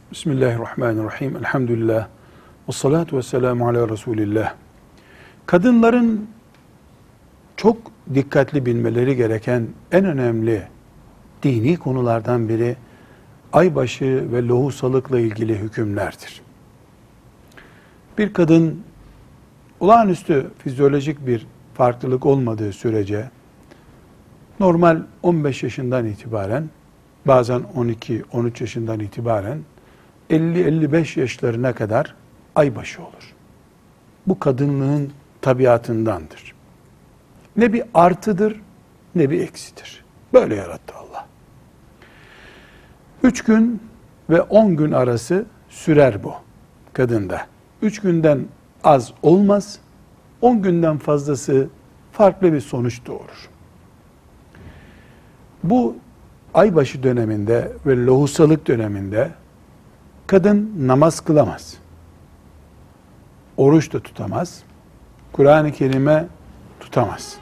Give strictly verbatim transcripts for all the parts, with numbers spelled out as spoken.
Bismillahirrahmanirrahim. Elhamdülillah. Ve salatu ve selamu ala Resulillah. Kadınların çok dikkatli bilmeleri gereken en önemli dini konulardan biri aybaşı ve lohusalıkla ilgili hükümlerdir. Bir kadın olağanüstü fizyolojik bir farklılık olmadığı sürece normal on beş yaşından itibaren, bazen on iki on üç yaşından itibaren elli elli beş yaşlarına kadar aybaşı olur. Bu kadınlığın tabiatındandır. Ne bir artıdır ne bir eksidir. Böyle yarattı Allah. Üç gün ve on gün arası sürer bu kadında. Üç günden az olmaz, on günden fazlası farklı bir sonuç doğurur. Bu aybaşı döneminde ve lohusalık döneminde kadın namaz kılamaz. Oruç da tutamaz. Kur'an-ı Kerim'e tutamaz.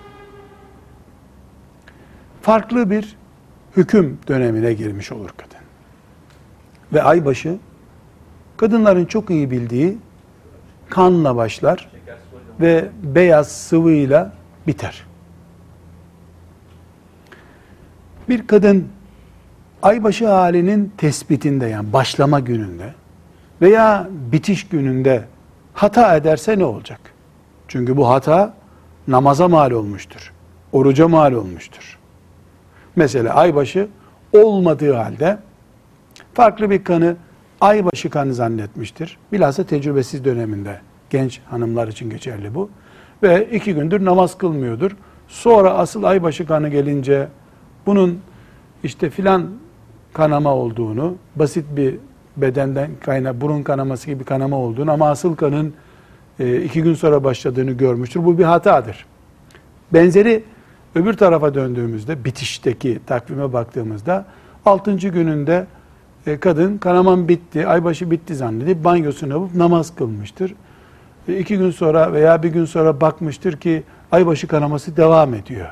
Farklı bir hüküm dönemine girmiş olur kadın. Ve aybaşı, kadınların çok iyi bildiği kanla başlar ve beyaz sıvıyla biter. Bir kadın aybaşı halinin tespitinde, yani başlama gününde veya bitiş gününde hata ederse ne olacak? Çünkü bu hata namaza mal olmuştur. Oruca mal olmuştur. Mesela aybaşı olmadığı halde farklı bir kanı aybaşı kanı zannetmiştir. Bilhassa tecrübesiz döneminde, genç hanımlar için geçerli bu. Ve iki gündür namaz kılmıyordur. Sonra asıl aybaşı kanı gelince bunun işte filan kanama olduğunu, basit bir bedenden kayna, burun kanaması gibi kanama olduğunu ama asıl kanın e, iki gün sonra başladığını görmüştür. Bu bir hatadır. Benzeri öbür tarafa döndüğümüzde, bitişteki takvime baktığımızda altıncı gününde e, kadın kanamam bitti, aybaşı bitti zannedip banyosunu yapıp namaz kılmıştır. E, iki gün sonra veya bir gün sonra bakmıştır ki aybaşı kanaması devam ediyor.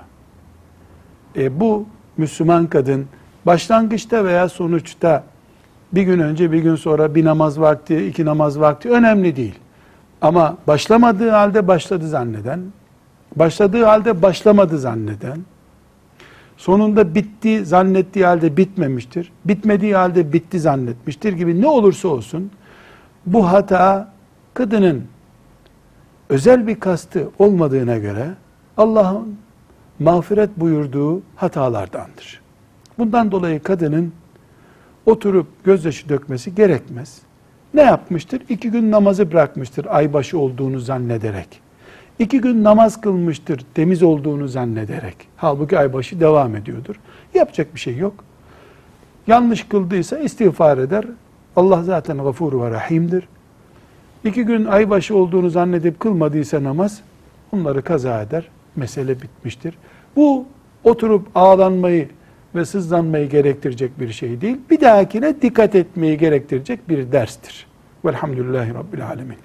E, bu Müslüman kadın başlangıçta veya sonuçta bir gün önce bir gün sonra bir namaz vakti, iki namaz vakti önemli değil. Ama başlamadığı halde başladı zanneden, başladığı halde başlamadı zanneden, sonunda bitti zannettiği halde bitmemiştir, bitmediği halde bitti zannetmiştir gibi ne olursa olsun bu hata kadının özel bir kastı olmadığına göre Allah'ın mağfiret buyurduğu hatalardandır. Bundan dolayı kadının oturup gözyaşı dökmesi gerekmez. Ne yapmıştır? İki gün namazı bırakmıştır aybaşı olduğunu zannederek. İki gün namaz kılmıştır temiz olduğunu zannederek. Halbuki aybaşı devam ediyordur. Yapacak bir şey yok. Yanlış kıldıysa istiğfar eder. Allah zaten gafur ve rahimdir. İki gün aybaşı olduğunu zannedip kılmadıysa namaz, onları kaza eder. Mesele bitmiştir. Bu oturup ağlanmayı ve sızlanmayı gerektirecek bir şey değil. Bir dahakine dikkat etmeyi gerektirecek bir derstir. Velhamdülillahi Rabbil Alemin.